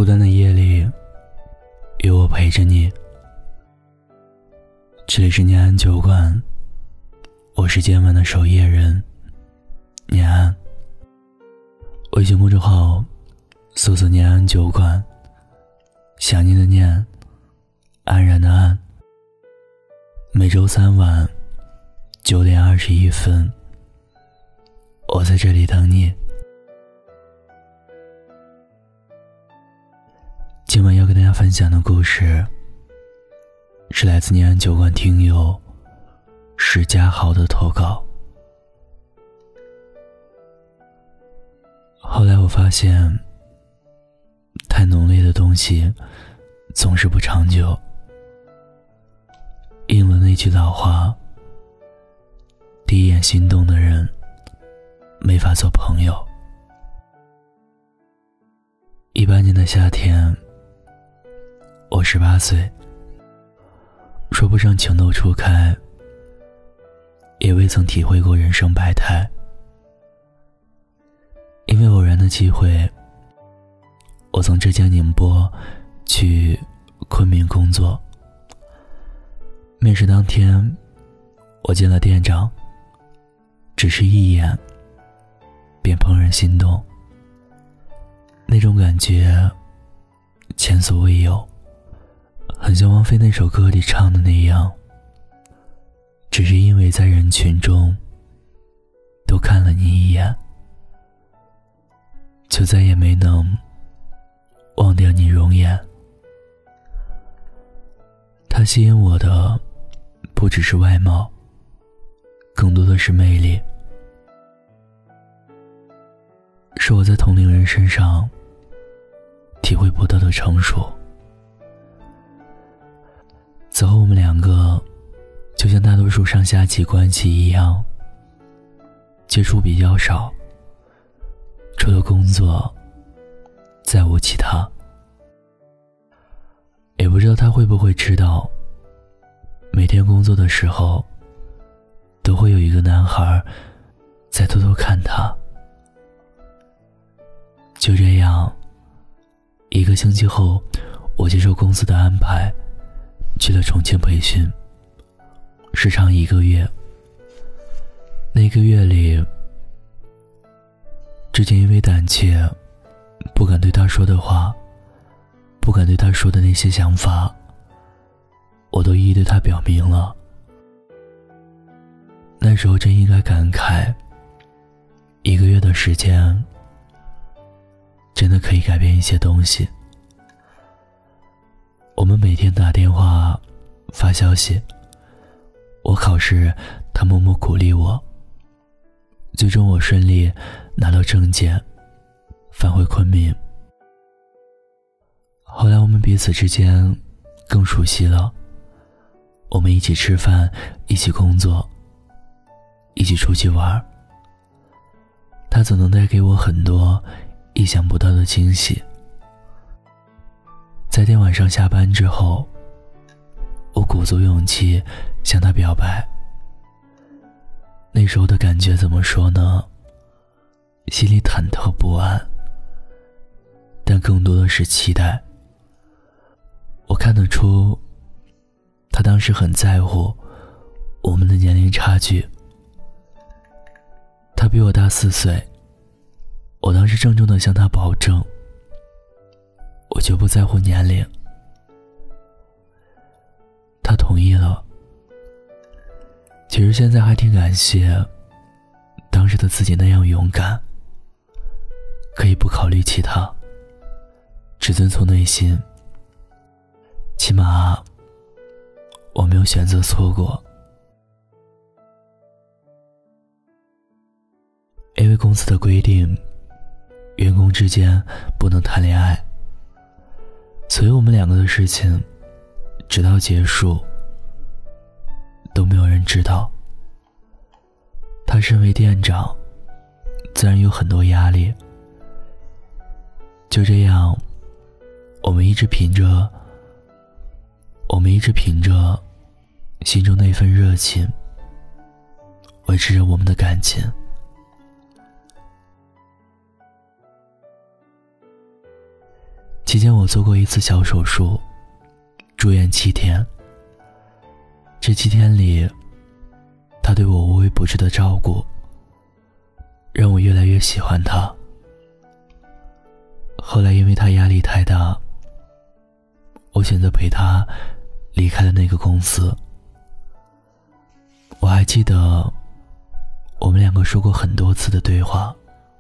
孤单的夜里，有我陪着你。这里是念安酒馆，我是今晚的守夜人念安。微信公众号搜索念安酒馆，想念的念，安然的安。每周三晚9点21分，我在这里等你。今晚要跟大家分享的故事是来自念安酒馆听友史家豪的投稿。后来我发现，太浓烈的东西总是不长久，应了那句老话，第一眼心动的人没法做朋友。18年的夏天，我18岁，说不上情窦初开，也未曾体会过人生百态。因为偶然的机会，我从浙江宁波去昆明工作。面试当天，我见了店长，只是一眼便怦然心动，那种感觉前所未有，很像王菲那首歌里唱的那样，只是因为在人群中都看了你一眼，就再也没能忘掉你容颜。它吸引我的不只是外貌，更多的是魅力，是我在同龄人身上体会不到的成熟。此后我们两个就像大多数上下级关系一样，接触比较少，除了工作再无其他。也不知道他会不会知道，每天工作的时候都会有一个男孩在偷偷看他。就这样，1个星期后，我接受公司的安排去了重庆培训，时长1个月。那个月里，之前因为胆怯不敢对他说的话，不敢对他说的那些想法，我都一一对他表明了。那时候真应该感慨，1个月的时间真的可以改变一些东西。我们每天打电话发消息，我考试他默默鼓励我，最终我顺利拿到证件返回昆明。后来我们彼此之间更熟悉了，我们一起吃饭，一起工作，一起出去玩。他总能带给我很多意想不到的惊喜。在天晚上下班之后，我鼓足勇气向他表白。那时候的感觉怎么说呢？心里忐忑不安，但更多的是期待。我看得出，他当时很在乎我们的年龄差距。他比我大4岁，我当时郑重地向他保证，我绝不在乎年龄。他同意了。其实现在还挺感谢当时的自己那样勇敢，可以不考虑其他，只遵从内心。起码我没有选择错过。因为公司的规定，员工之间不能谈恋爱，所以我们两个的事情直到结束都没有人知道。他身为店长，自然有很多压力。就这样，我们一直凭着心中那份热情，维持着我们的感情。 期间我做过一次小手术，住院7天。这7天里，他对我无微不至的照顾，让我越来越喜欢他。后来因为他压力太大，我选择陪他离开了那个公司。我还记得我们两个说过很多次的对话。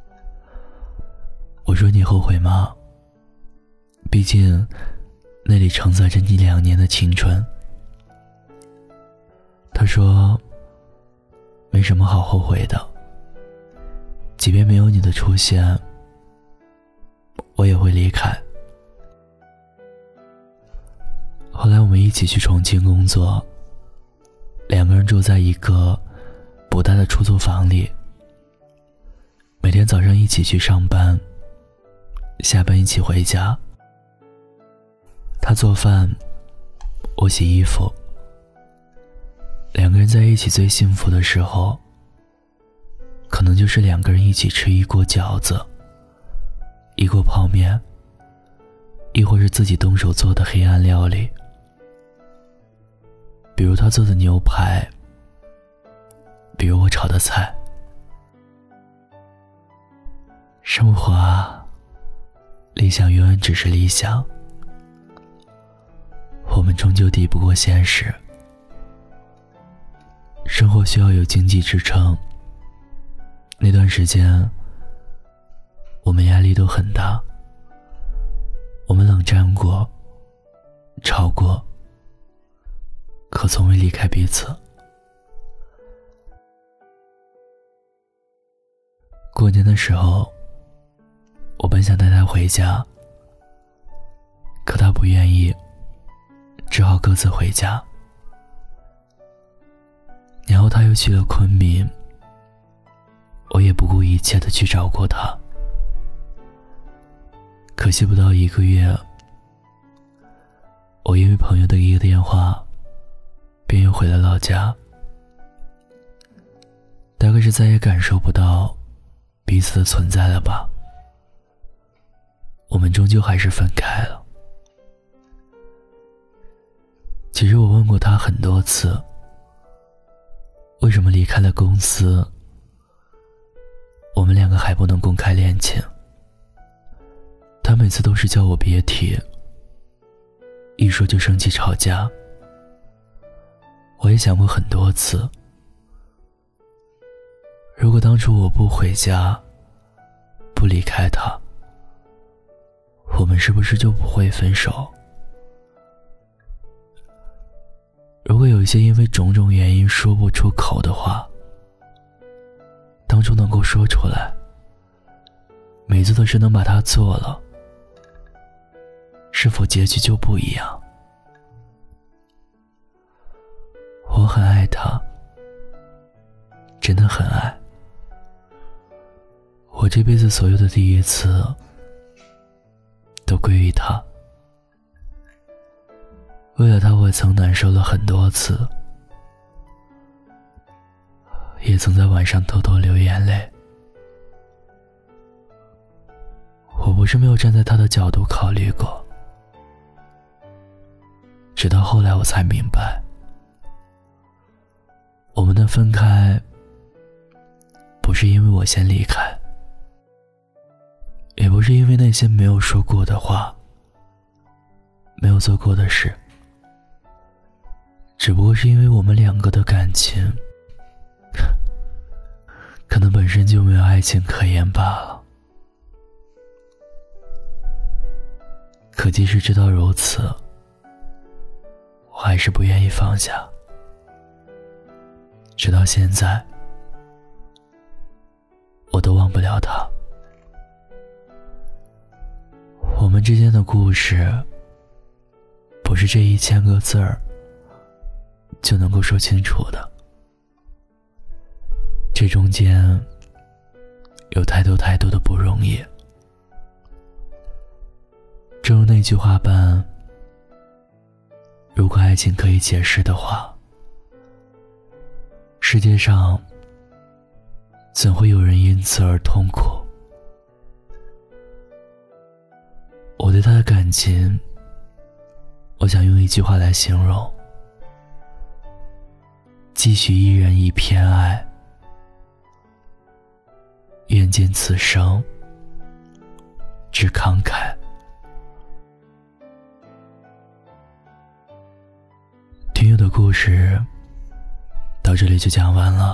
我说你后悔吗？毕竟那里承载着你2年的青春。他说没什么好后悔的，即便没有你的出现，我也会离开。后来我们一起去重庆工作，2个人住在一个不大的出租房里，每天早上一起去上班，下班一起回家。他做饭，我洗衣服。2个人在一起最幸福的时候，可能就是2个人一起吃一锅饺子，一锅泡面，亦或是自己动手做的黑暗料理，比如他做的牛排，比如我炒的菜。生活啊，理想永远只是理想，我们终究抵不过现实。生活需要有经济支撑，那段时间我们压力都很大，我们冷战过，吵过，可从未离开彼此。过年的时候，我本想带他回家，可他不愿意，只好各自回家。然后他又去了昆明，我也不顾一切地去找过他。可惜不到1个月，我因为朋友的一个电话，便又回了老家。大概是再也感受不到彼此的存在了吧，我们终究还是分开了。其实我问过他很多次，为什么离开了公司，我们2个还不能公开恋情？他每次都是叫我别提，一说就生气吵架。我也想过很多次，如果当初我不回家，不离开他，我们是不是就不会分手？如果有一些因为种种原因说不出口的话，当初能够说出来，每次都是能把它做了，是否结局就不一样？我很爱他，真的很爱。我这辈子所有的第一次都归于他。为了他，我曾难受了很多次，也曾在晚上偷偷流眼泪。我不是没有站在他的角度考虑过，直到后来我才明白，我们的分开不是因为我先离开，也不是因为那些没有说过的话，没有做过的事，只不过是因为我们2个的感情可能本身就没有爱情可言罢了。可即使知道如此，我还是不愿意放下。直到现在，我都忘不了他。我们之间的故事，不是这1000个字儿就能够说清楚的，这中间有太多太多的不容易。正如那句话般，如果爱情可以解释的话，世界上怎会有人因此而痛苦？我我对他的感情，我想用一句话来形容：继续一人一片爱，愿见此生之慷慨。听友的故事到这里就讲完了。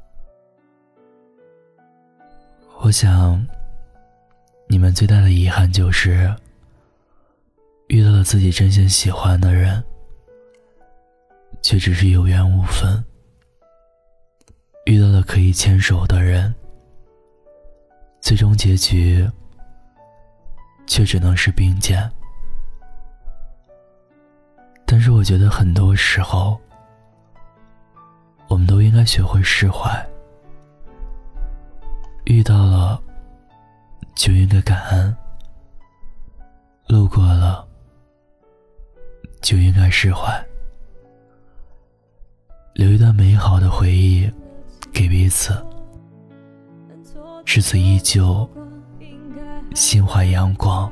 我想你们最大的遗憾就是遇到了自己真心喜欢的人，却只是有缘无分；遇到了可以牵手的人，最终结局却只能是并肩。但是我觉得很多时候，我们都应该学会释怀，遇到了就应该感恩，路过了就应该释怀，留一段美好的回忆给彼此，至此依旧心怀阳光，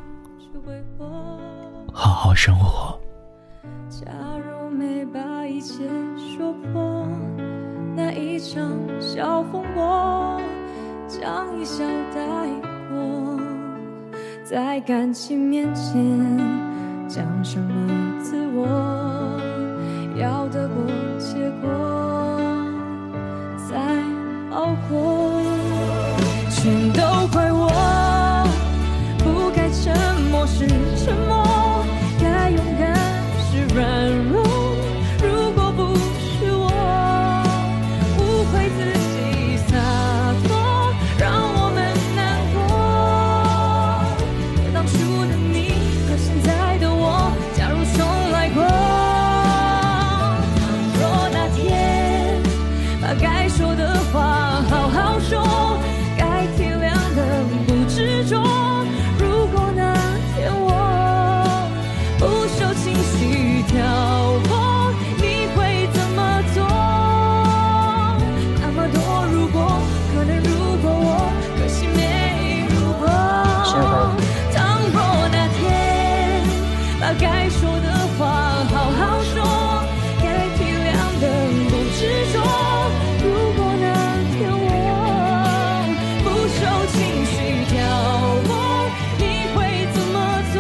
好好生活。 假如没把一切说破，那一场小风波将一笑带过，在感情面前讲什么自我，要得过且过才好过。全都怪我不该沉默是沉默，该勇敢是软弱，如果不是我误会自己洒脱，让我们难过。当初的你和现在的我，假如重来过，若那天把该说的话好好说，该体谅的不执着，如果那天我不受情绪挑拨，你会怎么做？那么多如果，可能如果我，可惜没如果。倘若那天把该说的话好好说，该体谅的不执着，如果那天我不受情绪挑拨，你会怎么做？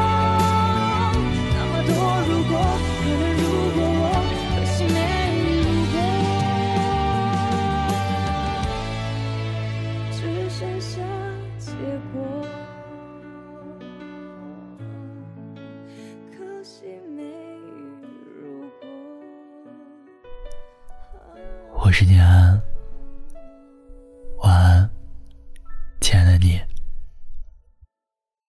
那么多如果，可能如果我，可惜没如果，只剩下结果，可惜没如果。 我是念